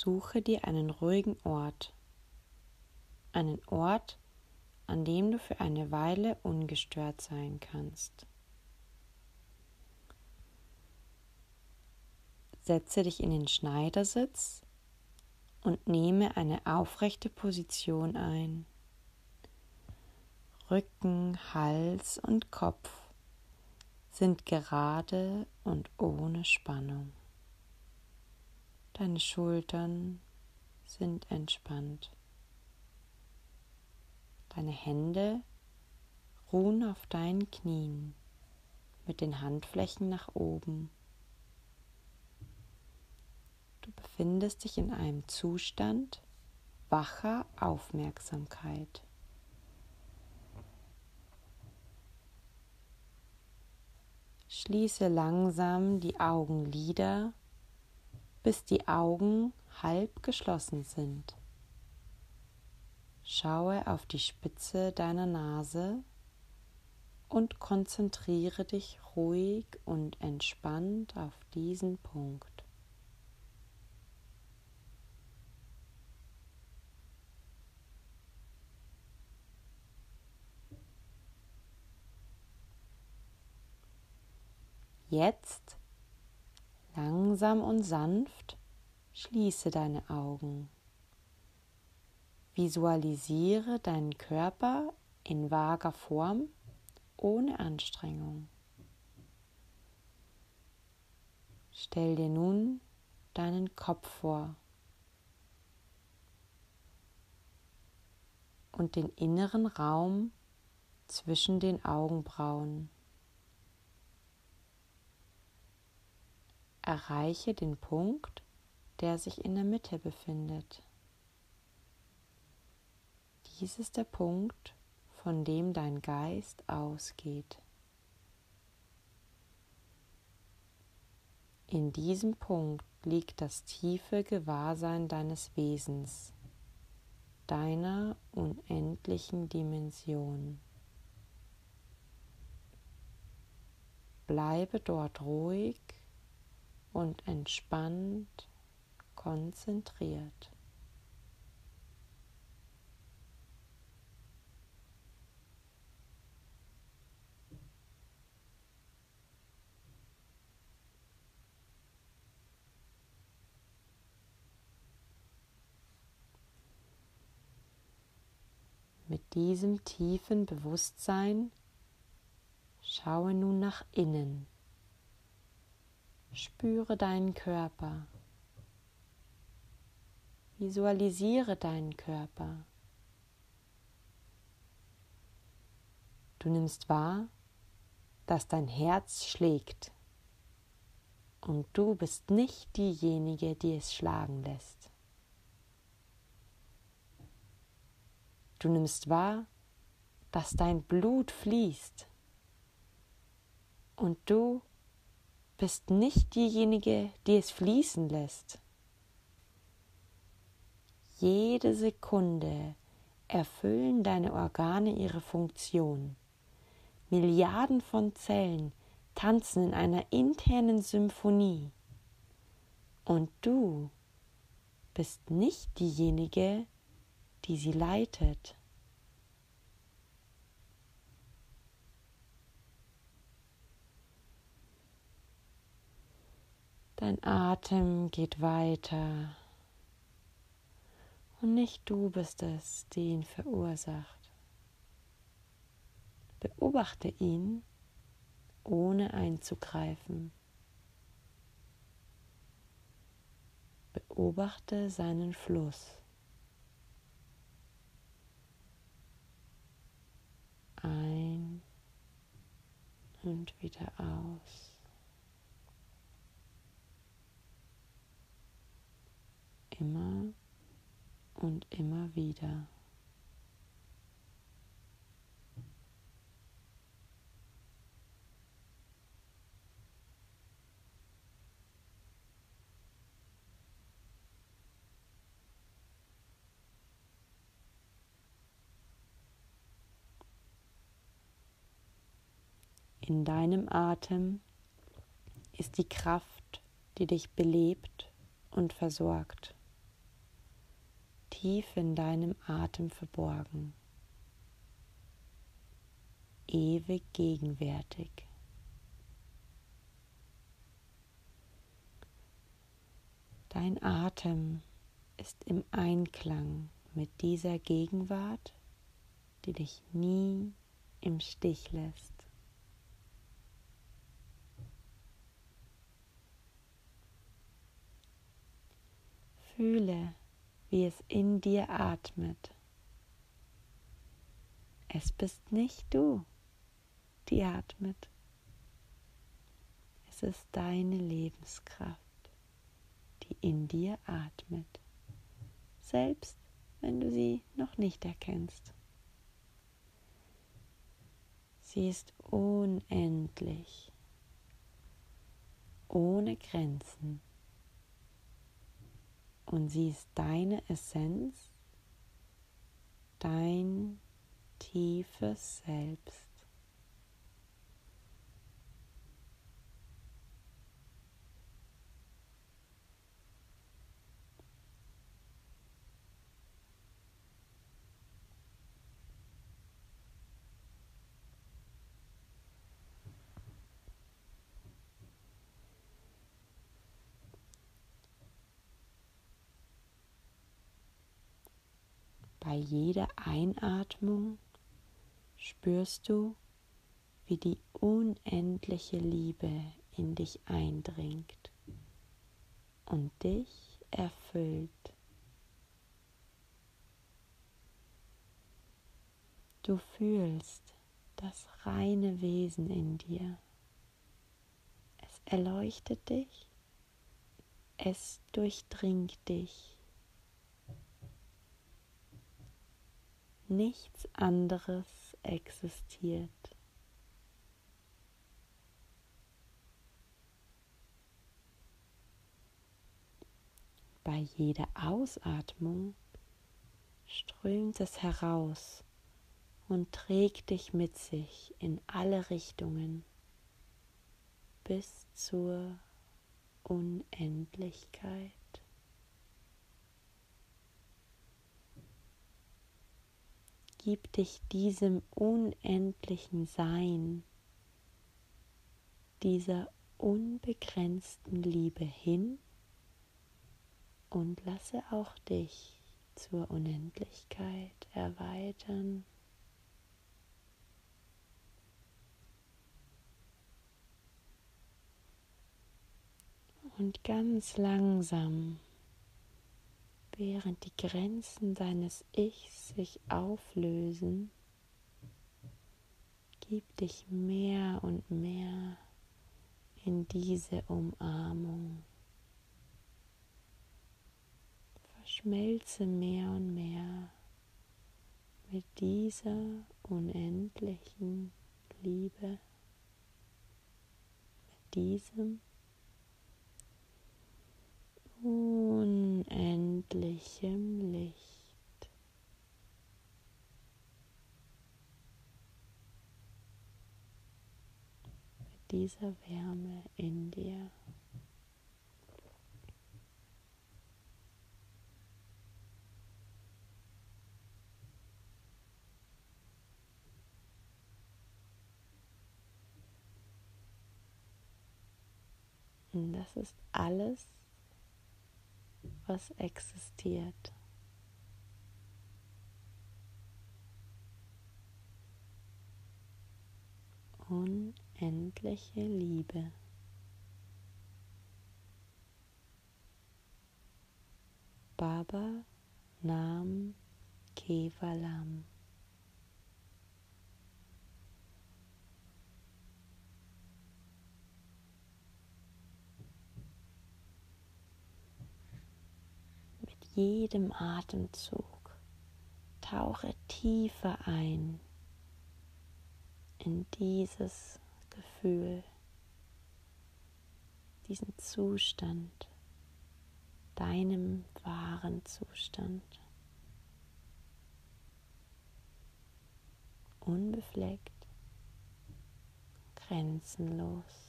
Suche dir einen ruhigen Ort, an dem du für eine Weile ungestört sein kannst. Setze dich in den Schneidersitz und nehme eine aufrechte Position ein. Rücken, Hals und Kopf sind gerade und ohne Spannung. Deine Schultern sind entspannt. Deine Hände ruhen auf deinen Knien mit den Handflächen nach oben. Du befindest dich in einem Zustand wacher Aufmerksamkeit. Schließe langsam die Augenlider, bis die Augen halb geschlossen sind. Schaue auf die Spitze deiner Nase und konzentriere dich ruhig und entspannt auf diesen Punkt. Jetzt, langsam und sanft, schließe deine Augen. Visualisiere deinen Körper in vager Form, ohne Anstrengung. Stell dir nun deinen Kopf vor und den inneren Raum zwischen den Augenbrauen. Erreiche den Punkt, der sich in der Mitte befindet. Dies ist der Punkt, von dem dein Geist ausgeht. In diesem Punkt liegt das tiefe Gewahrsein deines Wesens, deiner unendlichen Dimension. Bleibe dort ruhig und entspannt, konzentriert. Mit diesem tiefen Bewusstsein schaue nun nach innen. Spüre deinen Körper. Visualisiere deinen Körper. Du nimmst wahr, dass dein Herz schlägt und du bist nicht diejenige, die es schlagen lässt. Du nimmst wahr, dass dein Blut fließt und du bist nicht diejenige, die es fließen lässt. Jede Sekunde erfüllen deine Organe ihre Funktion. Milliarden von Zellen tanzen in einer internen Symphonie. Und du bist nicht diejenige, die sie leitet. Dein Atem geht weiter und nicht du bist es, die ihn verursacht. Beobachte ihn, ohne einzugreifen. Beobachte seinen Fluss. Ein und wieder aus. Immer und immer wieder. In deinem Atem ist die Kraft, die dich belebt und versorgt. tief in deinem Atem verborgen, ewig gegenwärtig. Dein Atem ist im Einklang mit dieser Gegenwart, die dich nie im Stich lässt. Fühle, wie es in dir atmet. Es bist nicht du, die atmet. Es ist deine Lebenskraft, die in dir atmet, selbst wenn du sie noch nicht erkennst. Sie ist unendlich, ohne Grenzen. Und sie ist deine Essenz, dein tiefes Selbst. Bei jeder Einatmung spürst du, wie die unendliche Liebe in dich eindringt und dich erfüllt. Du fühlst das reine Wesen in dir. Es erleuchtet dich, es durchdringt dich. Nichts anderes existiert. Bei jeder Ausatmung strömt es heraus und trägt dich mit sich in alle Richtungen bis zur Unendlichkeit. Gib dich diesem unendlichen Sein, dieser unbegrenzten Liebe hin und lasse auch dich zur Unendlichkeit erweitern. Und ganz langsam, während die Grenzen deines Ichs sich auflösen, gib dich mehr und mehr in diese Umarmung. Verschmelze mehr und mehr mit dieser unendlichen Liebe, mit diesem unendlichem Licht. Mit dieser Wärme in dir. Und das ist alles, was existiert. Unendliche Liebe. Baba Nam Kevalam. Mit jedem Atemzug tauche tiefer ein in dieses Gefühl, diesen Zustand, deinem wahren Zustand. Unbefleckt, grenzenlos.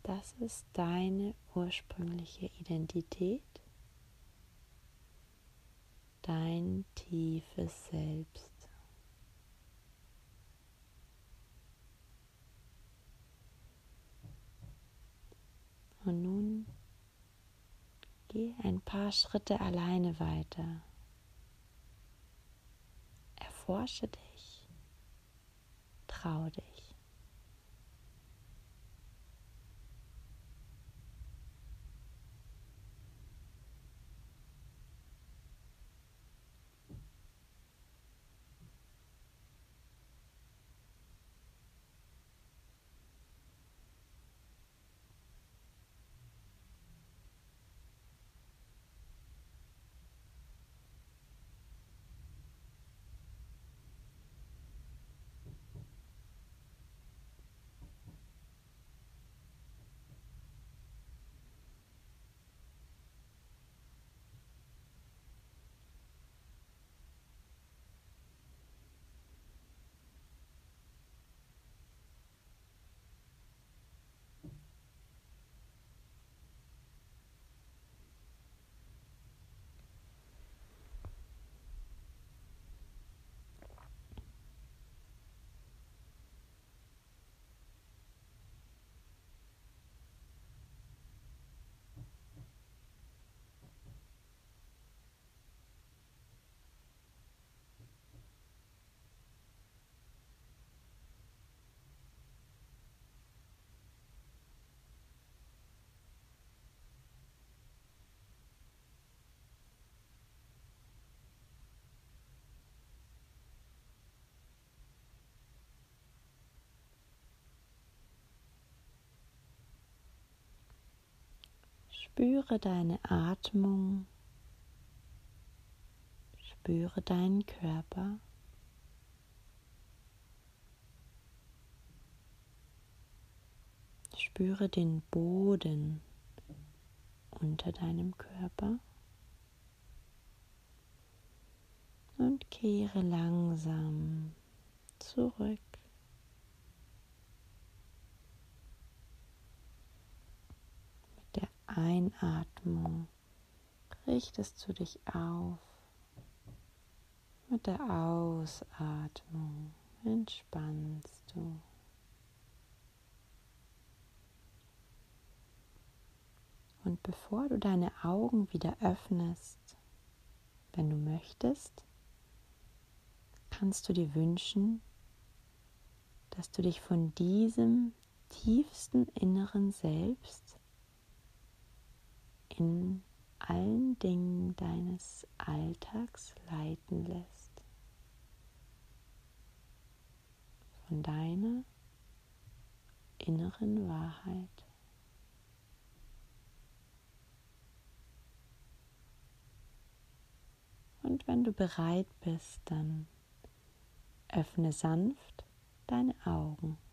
Das ist deine ursprüngliche Identität, dein tiefes Selbst. Und nun geh ein paar Schritte alleine weiter. Erforsche dich, trau dich. Spüre deine Atmung, spüre deinen Körper. Spüre den Boden unter deinem Körper und kehre langsam zurück. Mit der Einatmung richtest du dich auf. Mit der Ausatmung entspannst du. Und bevor du deine Augen wieder öffnest, wenn du möchtest, kannst du dir wünschen, dass du dich von diesem tiefsten inneren Selbst in allen Dingen deines Alltags leiten lässt. Von deiner inneren Wahrheit. Und wenn du bereit bist, dann öffne sanft deine Augen.